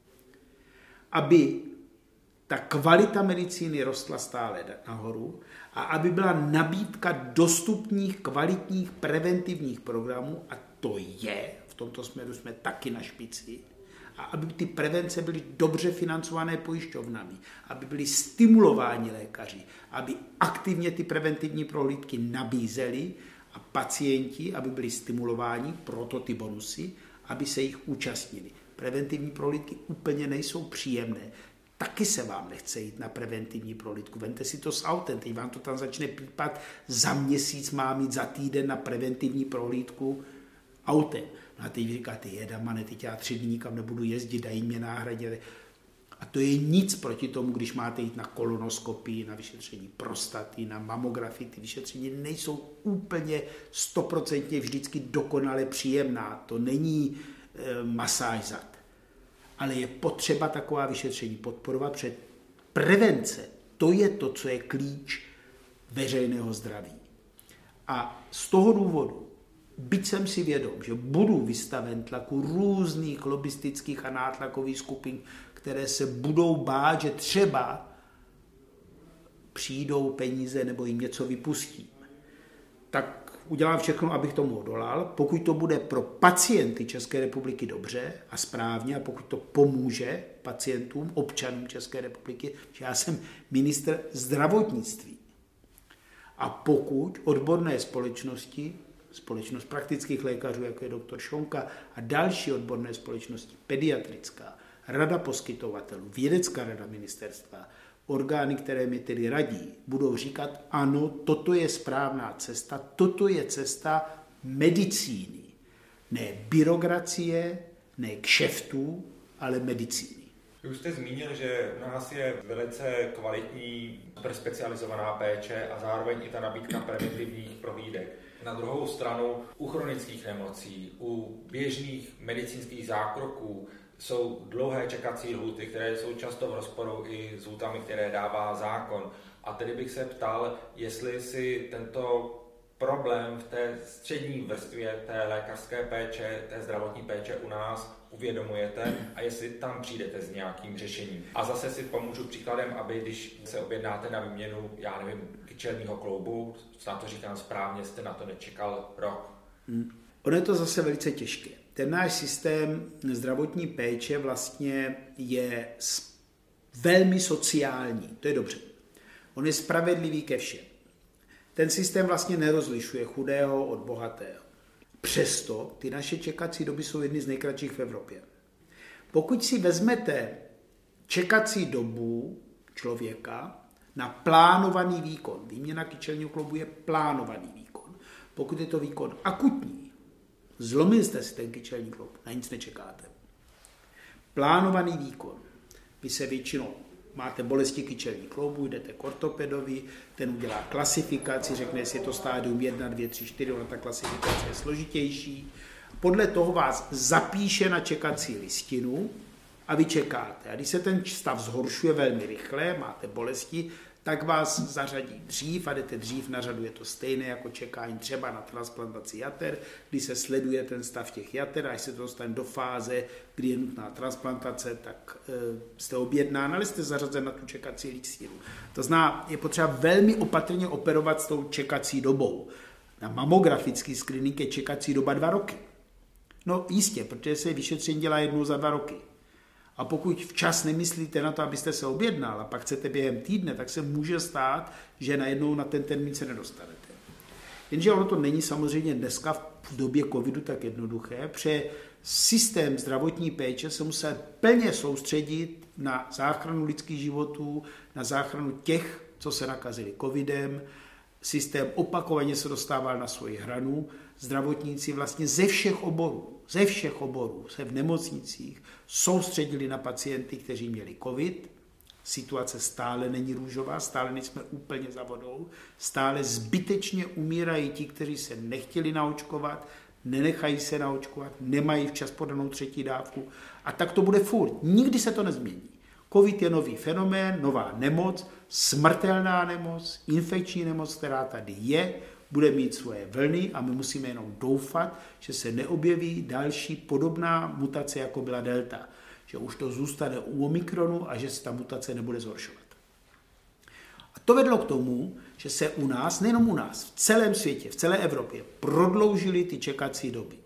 aby ta kvalita medicíny rostla stále nahoru a aby byla nabídka dostupných, kvalitních, preventivních programů, a to je, v tomto směru jsme taky na špici, a aby ty prevence byly dobře financované pojišťovnami, aby byly stimulováni lékaři, aby aktivně ty preventivní prohlídky nabízeli a pacienti, aby byli stimulováni, proto ty bonusy, aby se jich účastnili. Preventivní prohlídky úplně nejsou příjemné. Taky se vám nechce jít na preventivní prohlídku. Vemte si to s autem, teď vám to tam začne pípat, za měsíc mám jít, za týden na preventivní prohlídku autem. No a teď říkáte, jedamane, teď já tři dní nikam nebudu jezdit, dají mě náhradě. A to je nic proti tomu, když máte jít na kolonoskopii, na vyšetření prostaty, na mamografii. Ty vyšetření nejsou úplně stoprocentně vždycky dokonale příjemná. To není e, masáž zad. Ale je potřeba taková vyšetření podporovat, protože prevence, to je to, co je klíč veřejného zdraví. A z toho důvodu, byť jsem si vědom, že budu vystaven tlaku různých lobistických a nátlakových skupin, které se budou bát, že třeba přijdou peníze nebo jim něco vypustím, tak udělám všechno, abych tomu odolal. Pokud to bude pro pacienty České republiky dobře a správně a pokud to pomůže pacientům, občanům České republiky, že já jsem ministr zdravotnictví. A pokud odborné společnosti, společnost praktických lékařů, jako je doktor Šonka a další odborné společnosti, pediatrická, rada poskytovatelů, vědecká rada ministerstva, orgány, které mi tedy radí, budou říkat, ano, toto je správná cesta, toto je cesta medicíny. Ne byrokracie, ne kšeftů, ale medicíny. Už jste zmínil, že u nás je velice kvalitní, specializovaná péče a zároveň i ta nabídka preventivních prohlídek. Na druhou stranu u chronických nemocí, u běžných medicínských zákroků jsou dlouhé čekací lhůty, které jsou často v rozporu i s lhůtami, které dává zákon. A tedy bych se ptal, jestli si tento problém v té střední vrstvě té lékařské péče, té zdravotní péče u nás uvědomujete a jestli tam přijdete s nějakým řešením. A zase si pomůžu příkladem, aby když se objednáte na výměnu, já nevím, kyčelního kloubu, snad to říkám správně, jste na to nečekal rok. Hmm. Ono je to zase velice těžké. Ten náš systém zdravotní péče vlastně je velmi sociální, to je dobře. On je spravedlivý ke všem. Ten systém vlastně nerozlišuje chudého od bohatého. Přesto ty naše čekací doby jsou jedny z nejkratších v Evropě. Pokud si vezmete čekací dobu člověka na plánovaný výkon, výměna kyčelního kloubu je plánovaný výkon. Pokud je to výkon akutní, zlomil jste si ten kyčelní kloub, na nic nečekáte. Plánovaný výkon, vy se většinou máte bolesti kyčelní kloubu, jdete k ortopedovi, ten udělá klasifikaci, řekne, jestli je to stádium jedna, dva, tři, čtyři, ona ta klasifikace je složitější. Podle toho vás zapíše na čekací listinu a vy čekáte. A když se ten stav zhoršuje velmi rychle, máte bolesti, tak vás zařadí dřív a jdete dřív na řadu. Je to stejné jako čekání třeba na transplantaci jater, kdy se sleduje ten stav těch jater a až se to dostane do fáze, kdy je nutná transplantace, tak e, jste objednán, ale jste zařazen na tu čekací listinu. To znamená, je potřeba velmi opatrně operovat s tou čekací dobou. Na mamografický screening je čekací doba dva roky. No jistě, protože se vyšetření dělá jednou za dva roky. A pokud včas nemyslíte na to, abyste se objednal a pak chcete během týdne, tak se může stát, že najednou na ten termín se nedostanete. Jenže ono to není samozřejmě dneska v době covidu tak jednoduché, protože systém zdravotní péče se musel plně soustředit na záchranu lidských životů, na záchranu těch, co se nakazili covidem. Systém opakovaně se dostával na svoji hranu. Zdravotníci vlastně ze všech oborů, ze všech oborů se v nemocnicích soustředili na pacienty, kteří měli covid. Situace stále není růžová, stále nejsme úplně za vodou, stále zbytečně umírají ti, kteří se nechtěli naočkovat, nenechají se naočkovat, nemají včas podanou třetí dávku a tak to bude furt. Nikdy se to nezmění. Covid je nový fenomén, nová nemoc, smrtelná nemoc, infekční nemoc, která tady je, bude mít svoje vlny a my musíme jenom doufat, že se neobjeví další podobná mutace, jako byla delta. Že už to zůstane u Omikronu a že se ta mutace nebude zhoršovat. A to vedlo k tomu, že se u nás, nejenom u nás, v celém světě, v celé Evropě prodloužily ty čekací doby.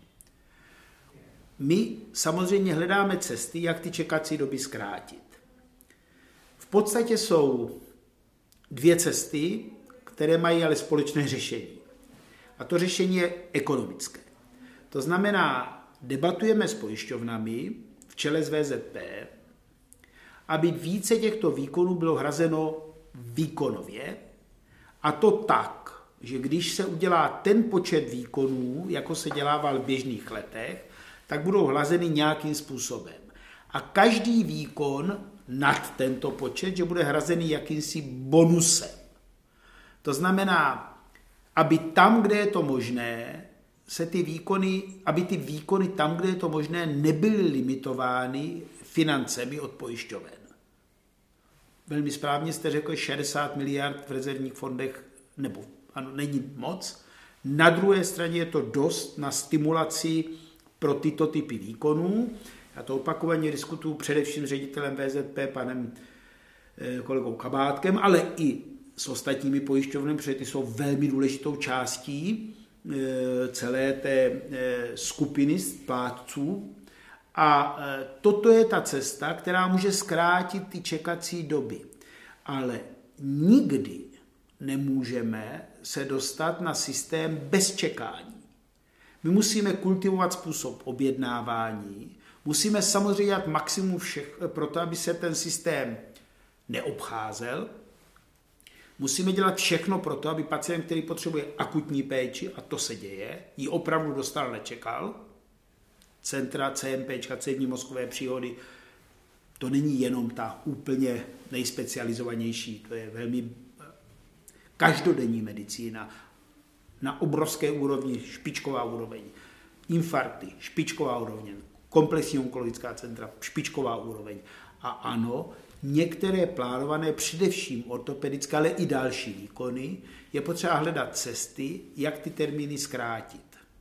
My samozřejmě hledáme cesty, jak ty čekací doby zkrátit. V podstatě jsou dvě cesty, které mají ale společné řešení. A to řešení je ekonomické. To znamená, debatujeme s pojišťovnami v čele s V Z P, aby více těchto výkonů bylo hrazeno výkonově, a to tak, že když se udělá ten počet výkonů, jako se dělával v běžných letech, tak budou hlazeny nějakým způsobem. A každý výkon nad tento počet, že bude hrazený jakýmsi bonusem. To znamená, aby tam, kde je to možné, se ty výkony, aby ty výkony tam, kde je to možné, nebyly limitovány financemi od pojišťoven. Velmi správně jste řekl, šedesát miliard v rezervních fondech, nebo ano, není moc. Na druhé straně je to dost na stimulaci pro tyto typy výkonů. Já to opakovaně diskutuju především s ředitelem V Z P, panem kolegou Kabátkem, ale i s ostatními pojišťovnami, protože ty jsou velmi důležitou částí celé té skupiny plátců. A toto je ta cesta, která může zkrátit ty čekací doby. Ale nikdy nemůžeme se dostat na systém bez čekání. My musíme kultivovat způsob objednávání, musíme samozřejmě dělat maximum všech pro to, aby se ten systém neobcházel. Musíme dělat všechno pro to, aby pacient, který potřebuje akutní péči, a to se děje, ji opravdu dostal, nečekal. Centra, CMPčka, cévní mozkové příhody, to není jenom ta úplně nejspecializovanější, to je velmi každodenní medicína na obrovské úrovni, špičková úroveň. Infarkty, špičková úroveň, komplexní onkologická centra, špičková úroveň. A ano, některé plánované, především ortopedické, ale i další výkony, je potřeba hledat cesty, jak ty termíny zkrátit.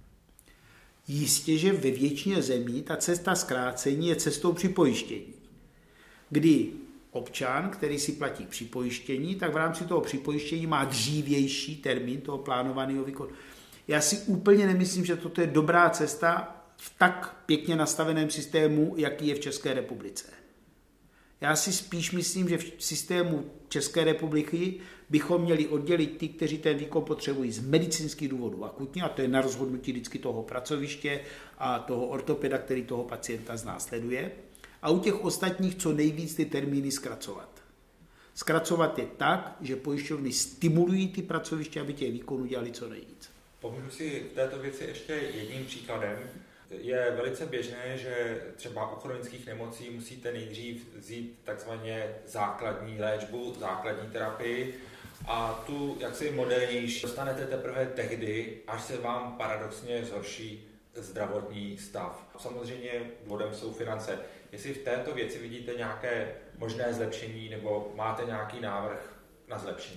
Jistě, že ve většině zemí ta cesta zkrácení je cestou připojištění, kdy občan, který si platí připojištění, tak v rámci toho připojištění má dřívější termín toho plánovaného výkonu. Já si úplně nemyslím, že toto je dobrá cesta v tak pěkně nastaveném systému, jaký je v České republice. Já si spíš myslím, že v systému České republiky bychom měli oddělit ty, kteří ten výkon potřebují z medicínských důvodů akutně, a to je na rozhodnutí vždycky toho pracoviště a toho ortopeda, který toho pacienta znásleduje, a u těch ostatních co nejvíc ty termíny zkracovat. Zkracovat je tak, že pojišťovny stimulují ty pracoviště, aby těch výkonů dělali co nejvíc. Pomůžu si v této věci ještě jedním příkladem. Je velice běžné, že třeba u chronických nemocí musíte nejdřív vzít takzvaně základní léčbu, základní terapii, a tu jaksi modernější dostanete teprve tehdy, až se vám paradoxně zhorší zdravotní stav. Samozřejmě důvodem jsou finance. Jestli v této věci vidíte nějaké možné zlepšení nebo máte nějaký návrh na zlepšení?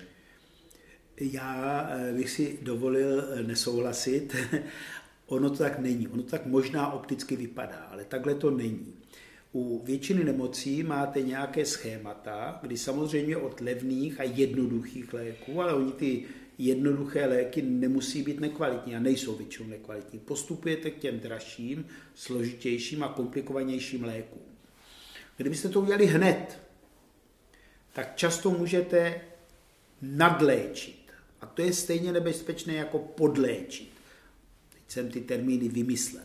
Já bych si dovolil nesouhlasit. Ono to tak není. Ono to tak možná opticky vypadá, ale takhle to není. U většiny nemocí máte nějaké schémata, kdy samozřejmě od levných a jednoduchých léků, ale oni ty jednoduché léky nemusí být nekvalitní a nejsou většinou nekvalitní. Postupujete k těm dražším, složitějším a komplikovanějším lékům. Kdybyste to udělali hned, tak často můžete nadléčit. A to je stejně nebezpečné jako podléčit. Teď jsem ty termíny vymyslel.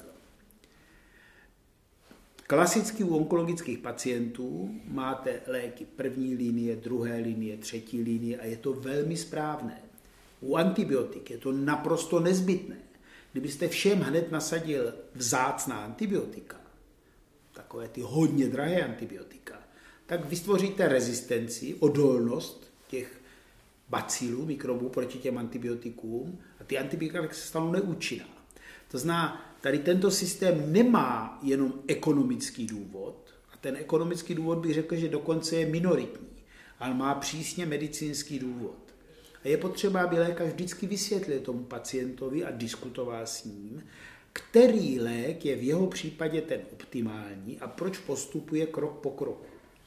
Klasicky u onkologických pacientů máte léky první linie, druhé linie, třetí linie a je to velmi správné. U antibiotik je to naprosto nezbytné. Kdybyste všem hned nasadil vzácná antibiotika, takové ty hodně drahé antibiotika, tak vytvoříte rezistenci, odolnost těch bacilů, mikrobů proti těm antibiotikům a ty antibiotika se stanou neúčinná. To znamená, tady tento systém nemá jenom ekonomický důvod, a ten ekonomický důvod bych řekl, že dokonce je minoritní, ale má přísně medicínský důvod. A je potřeba, aby lékař vždycky vysvětlil tomu pacientovi a diskutoval s ním, který lék je v jeho případě ten optimální a proč postupuje krok po kroku.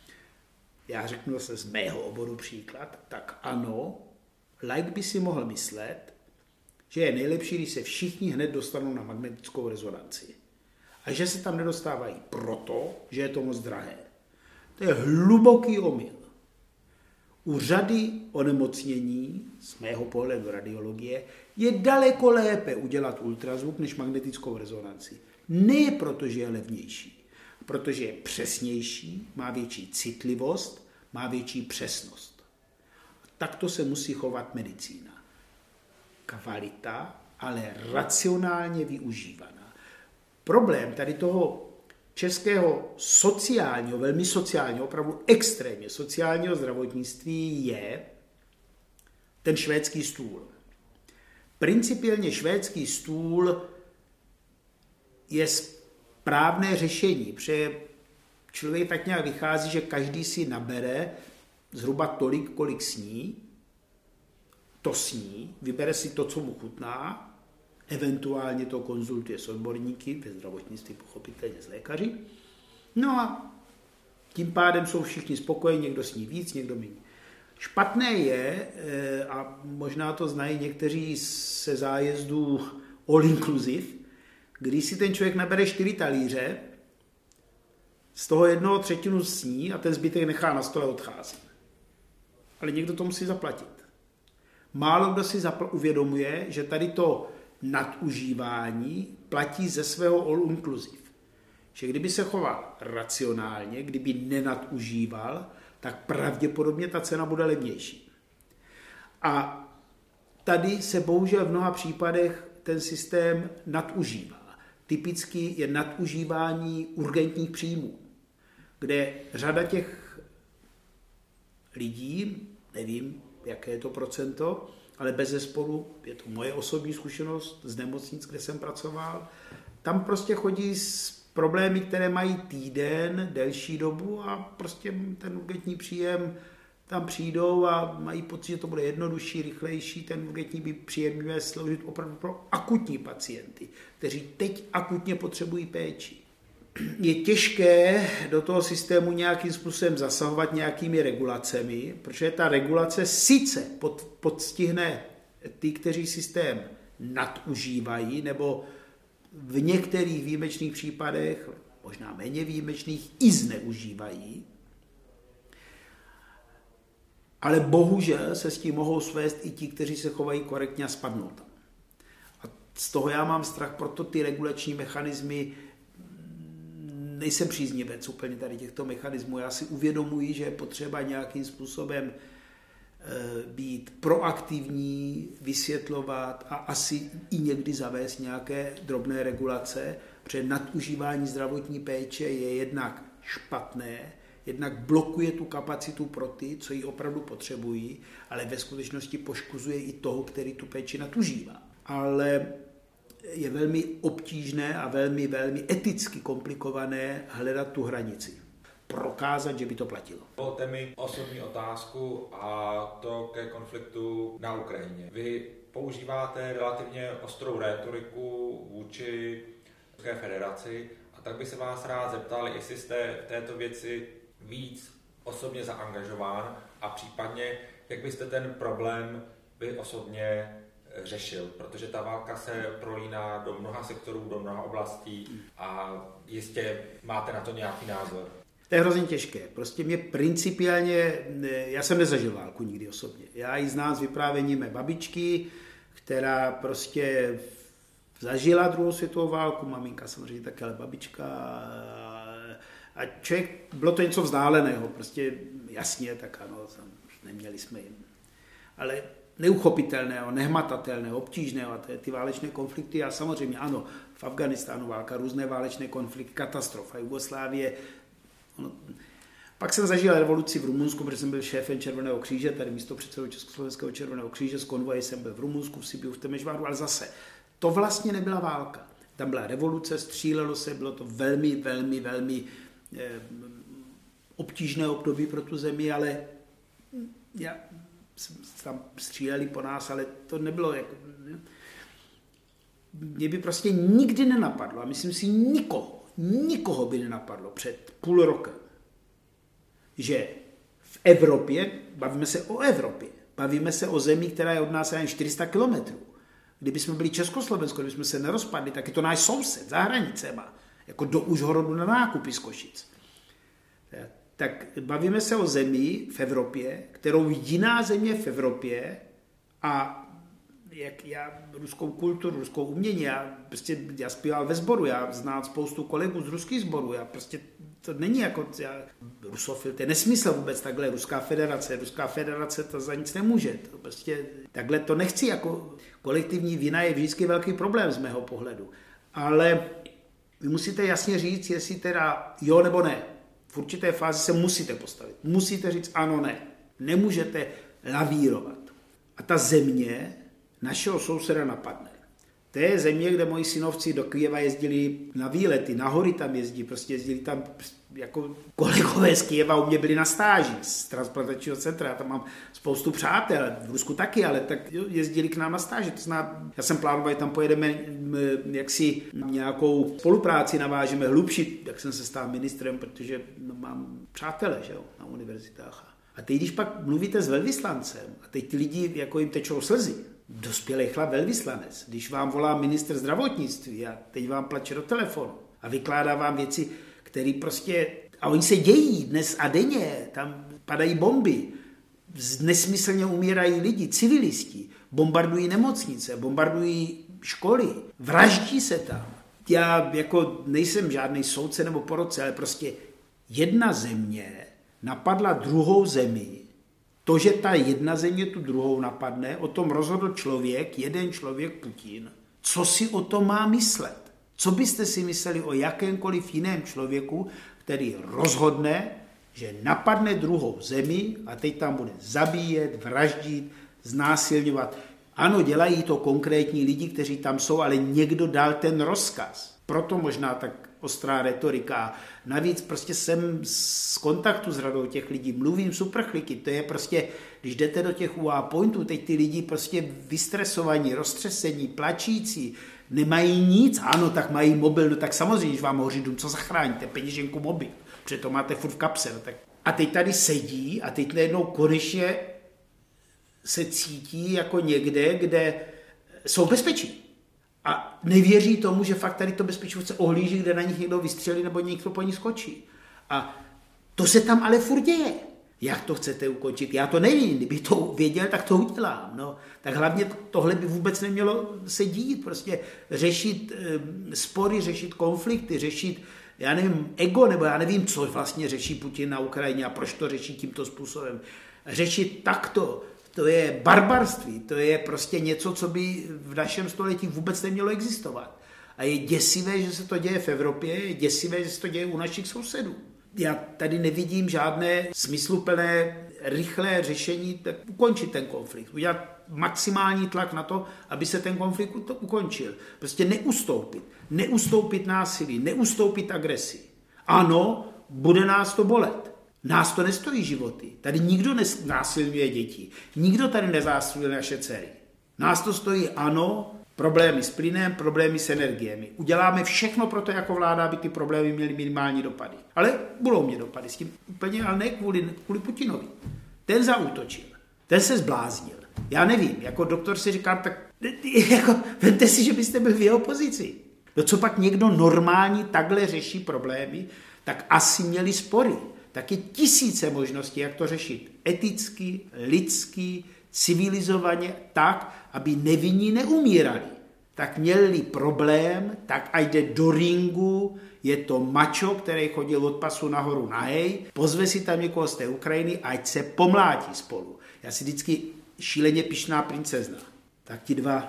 Já řeknu zase z mého oboru příklad, tak ano, lék by si mohl myslet, že je nejlepší, když se všichni hned dostanou na magnetickou rezonanci. A že se tam nedostávají proto, že je to moc drahé. To je hluboký omyl. U řady onemocnění, z mého pohledu radiologie, je daleko lépe udělat ultrazvuk než magnetickou rezonanci. Ne proto, že je levnější, protože je přesnější, má větší citlivost, má větší přesnost. Takto se musí chovat medicína. Kvalita, ale racionálně využívaná. Problém tady toho českého sociálního, velmi sociálního, opravdu extrémně sociálního zdravotnictví je ten švédský stůl. Principiálně švédský stůl je správné řešení, protože člověk tak nějak vychází, že každý si nabere zhruba tolik, kolik sní, to sní, vybere si to, co mu chutná, eventuálně to konzultuje s odborníky, ve zdravotnictví pochopitelně s lékaři. No a tím pádem jsou všichni spokojeni, někdo sní víc, někdo méně. Špatné je, a možná to znají někteří se zájezdů all inclusive, když si ten člověk nabere čtyři talíře, z toho jednoho třetinu sní a ten zbytek nechá na stole a odchází. Ale někdo to musí zaplatit. Málo kdo si zapl- uvědomuje, že tady to nadužívání platí ze svého all inclusive. Že kdyby se choval racionálně, kdyby nenadužíval, tak pravděpodobně ta cena bude levnější. A tady se bohužel v mnoha případech ten systém nadužívá. Typicky je nadužívání urgentních příjmů, kde řada těch lidí, nevím, jaké je to procento, ale bezesporu, je to moje osobní zkušenost z nemocnic, kde jsem pracoval, tam prostě chodí s problémy, které mají týden, delší dobu a prostě ten urgentní příjem tam přijdou a mají pocit, že to bude jednodušší, rychlejší. Ten urgentní příjem by měl sloužit opravdu pro akutní pacienty, kteří teď akutně potřebují péči. Je těžké do toho systému nějakým způsobem zasahovat nějakými regulacemi, protože ta regulace sice pod, podstihne ty, kteří systém nadužívají, nebo v některých výjimečných případech, možná méně výjimečných, i zneužívají, ale bohužel se s tím mohou svést i ti, kteří se chovají korektně a spadnou tam. A z toho já mám strach, proto ty regulační mechanismy, nejsem příznivec úplně tady těchto mechanismů. Já si uvědomuji, že je potřeba nějakým způsobem být proaktivní, vysvětlovat a asi i někdy zavést nějaké drobné regulace, protože nadužívání zdravotní péče je jednak špatné, jednak blokuje tu kapacitu pro ty, co ji opravdu potřebují, ale ve skutečnosti poškozuje i toho, který tu péči nadužívá. Ale je velmi obtížné a velmi, velmi eticky komplikované hledat tu hranici. Prokázat, že by to platilo. Dovolte mi osobní otázku a to ke konfliktu na Ukrajině. Vy používáte relativně ostrou rétoriku vůči Ruské federaci a tak bych se vás rád zeptal, jestli jste v této věci víc osobně zaangažován a případně, jak byste ten problém vy osobně řešil, protože ta válka se prolíná do mnoha sektorů, do mnoha oblastí a jistě máte na to nějaký názor. To je hrozně těžké. Prostě mě principiálně, já jsem nezažil válku nikdy osobně. Já ji znám z vyprávění mé babičky, která prostě zažila druhou světovou válku, maminka samozřejmě také, ale babička. A člověk, bylo to něco vzdáleného, prostě jasně, tak ano, neměli jsme jim. Ale neuchopitelného, nehmatatelného, obtížného a ty válečné konflikty a samozřejmě ano, v Afghánistánu válka, různé válečné konflikty, katastrofa, Jugoslávie. Ono, pak jsem zažil revoluci v Rumunsku, protože jsem byl šéfem Červeného kříže, tady místopředsedou Československého Červeného kříže, z konvoje jsem byl v Rumunsku, v Sibiu, v Temežváru, ale zase, to vlastně nebyla válka. Tam byla revoluce, střílelo se, bylo to velmi, velmi, velmi eh, obtížné období pro tu zemi, ale já, tam stříleli po nás, ale to nebylo jako... Mě by prostě nikdy nenapadlo, a myslím si nikoho, nikoho by nenapadlo před půl rokem, že v Evropě, bavíme se o Evropě, bavíme se o zemi, která je od nás jen čtyři sta kilometrů. Kdyby jsme byli Československo, kdyby jsme se nerozpadli, tak je to náš soused za hranicema, jako do Užhorodu na nákupy z Košic. Tak bavíme se o zemi v Evropě, kterou jiná země v Evropě a jak já ruskou kulturu, ruskou umění, já prostě já zpíval ve sboru, já znám spoustu kolegů z ruských sborů, já prostě to není jako já, rusofil, to je nesmysl vůbec takhle, Ruská federace, Ruská federace to za nic nemůže, to prostě takhle to nechci, jako kolektivní vina je vždycky velký problém z mého pohledu, ale vy musíte jasně říct, jestli teda jo nebo ne. V určité fázi se musíte postavit. Musíte říct ano, ne. Nemůžete lavírovat. A ta země našeho souseda napadne. To je země, kde moji synovci do Kyjeva jezdili na výlety, na hory tam jezdí, prostě jezdili tam jako kolegové z Kyjeva u mě byli na stáži z transplantačního centra, já tam mám spoustu přátel, v Rusku taky, ale tak jezdili k nám na stáži, to znamená, já jsem plánoval, že tam pojedeme jaksi nějakou spolupráci navážeme hlubší, jak jsem se stal ministrem, protože no, mám přátele, že jo, na univerzitách. A teď, když pak mluvíte s velvyslancem, a teď ty lidi, jako jim tečou slzy, dospělý chlap velvyslanec, když vám volá ministr zdravotnictví a teď vám plače do telefonu a vykládá vám věci, které prostě, a oni se dějí dnes a denně, tam padají bomby, nesmyslně umírají lidi, civilisti, bombardují nemocnice, bombardují školy, vraždí se tam. Já jako nejsem žádný soudce nebo porodce, ale prostě jedna země napadla druhou zemi. To, že ta jedna země tu druhou napadne, o tom rozhodl člověk, jeden člověk Putin. Co si o tom má myslet? Co byste si mysleli o jakémkoliv jiném člověku, který rozhodne, že napadne druhou zemi a teď tam bude zabíjet, vraždit, znásilňovat. Ano, dělají to konkrétní lidi, kteří tam jsou, ale někdo dal ten rozkaz. Proto možná tak ostrá retorika. Navíc prostě jsem z kontaktu s radou těch lidí, mluvím s uprchlíky, to je prostě, když jdete do těch U A pointů, teď ty lidi prostě vystresovaní, roztřesení, plačící, nemají nic, ano, tak mají mobil, no tak samozřejmě, když vám hoří dům, co zachráníte, peněženku, mobil, protože to máte furt v kapse. No tak. A teď tady sedí a teď najednou konečně se cítí jako někde, kde jsou bezpečí. A nevěří tomu, že fakt tady to bezpečí se ohlíží, kde na nich někdo vystřelí nebo někdo po ní skočí. A to se tam ale furt děje. Jak to chcete ukončit? Já to nevím. Kdyby to věděl, tak to udělám. No, tak hlavně tohle by vůbec nemělo se dít. Prostě řešit e, spory, řešit konflikty, řešit, já nevím, ego, nebo já nevím, co vlastně řeší Putin na Ukrajině a proč to řeší tímto způsobem. Řešit takto, to je barbarství, to je prostě něco, co by v našem století vůbec nemělo existovat. A je děsivé, že se to děje v Evropě, je děsivé, že se to děje u našich sousedů. Já tady nevidím žádné smysluplné, rychlé řešení, tak ukončit ten konflikt. Udělat maximální tlak na to, aby se ten konflikt ukončil. Prostě neustoupit. Neustoupit násilí, neustoupit agresi. Ano, bude nás to bolet. Nás to nestojí životy. Tady nikdo nenásilňuje děti. Nikdo tady nezásilňuje naše dcery. Nás to stojí, ano, problémy s plynem, problémy s energiemi. Uděláme všechno pro to jako vláda, aby ty problémy měly minimální dopady. Ale budou mít dopady s tím úplně, ale ne kvůli, kvůli Putinovi. Ten zaútočil. Ten se zbláznil. Já nevím, jako doktor si říkám, tak jako, vemte si, že byste byl v jeho pozici. No co pak někdo normální takhle řeší problémy, tak asi měli spory. Tak je tisíce možností, jak to řešit. Eticky, lidsky, civilizovaně, tak, aby nevinní neumírali. Tak měli problém, tak ať jde do ringu, je to mačo, který chodil od pasu nahoru nahej, pozve si tam někoho z té Ukrajiny, ať se pomlátí spolu. Já si vždycky šíleně pyšná princezna. Tak ti dva.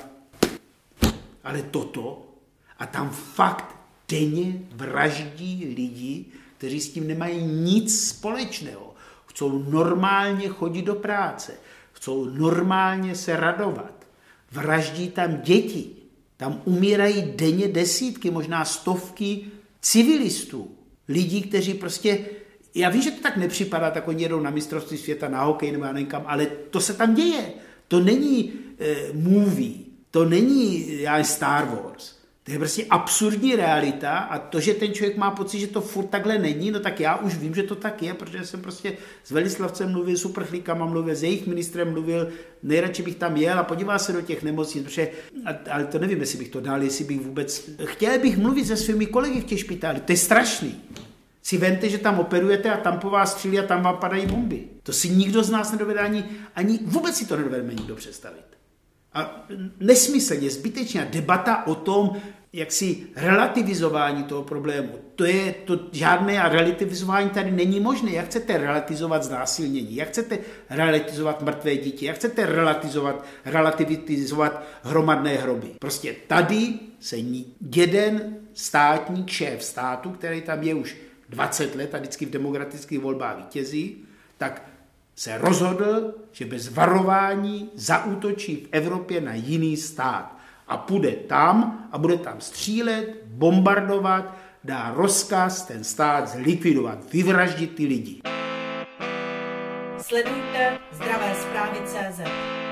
Ale toto, a tam fakt denně vraždí lidi, kteří s tím nemají nic společného. Chcou normálně chodit do práce, chcou normálně se radovat. Vraždí tam děti. Tam umírají denně desítky, možná stovky civilistů. Lidí, kteří prostě... Já vím, že to tak nepřipadá, tak oni jedou na mistrovství světa, na hokej nebo já nevím kam, ale to se tam děje. To není eh, movie, to není já, Star Wars. To je prostě absurdní realita a to, že ten člověk má pocit, že to furt takhle není, no tak já už vím, že to tak je, protože jsem prostě s Velislavcem mluvil, s uprchlíkama mluvil, s jejich ministrem mluvil, nejradši bych tam jel a podíval se do těch nemocnic, protože, ale to nevím, jestli bych to dal, jestli bych vůbec, chtěl bych mluvit se svými kolegy v těch špitálích, to je strašný. Si vemte, že tam operujete a tam po vás střílí a tam vám padají bomby. To si nikdo z nás nedovede ani, ani vůbec si to nedovedeme nikdo představit. A nesmyslně, zbytečná debata o tom, jak si relativizování toho problému. To je to žádné relativizování tady není možné. Jak chcete relativizovat znásilnění? Jak chcete relativizovat mrtvé děti? Jak chcete relativizovat, relativizovat hromadné hroby? Prostě tady se jeden státník, šéf státu, který tam je už dvacet let a vždycky v demokratických volbách vítězí, tak se rozhodl, že bez varování zaútočí v Evropě na jiný stát. A půjde tam a bude tam střílet, bombardovat, dá rozkaz ten stát zlikvidovat, vyvraždit ty lidi. Sledujte Zdravé zprávy tečka cé zet.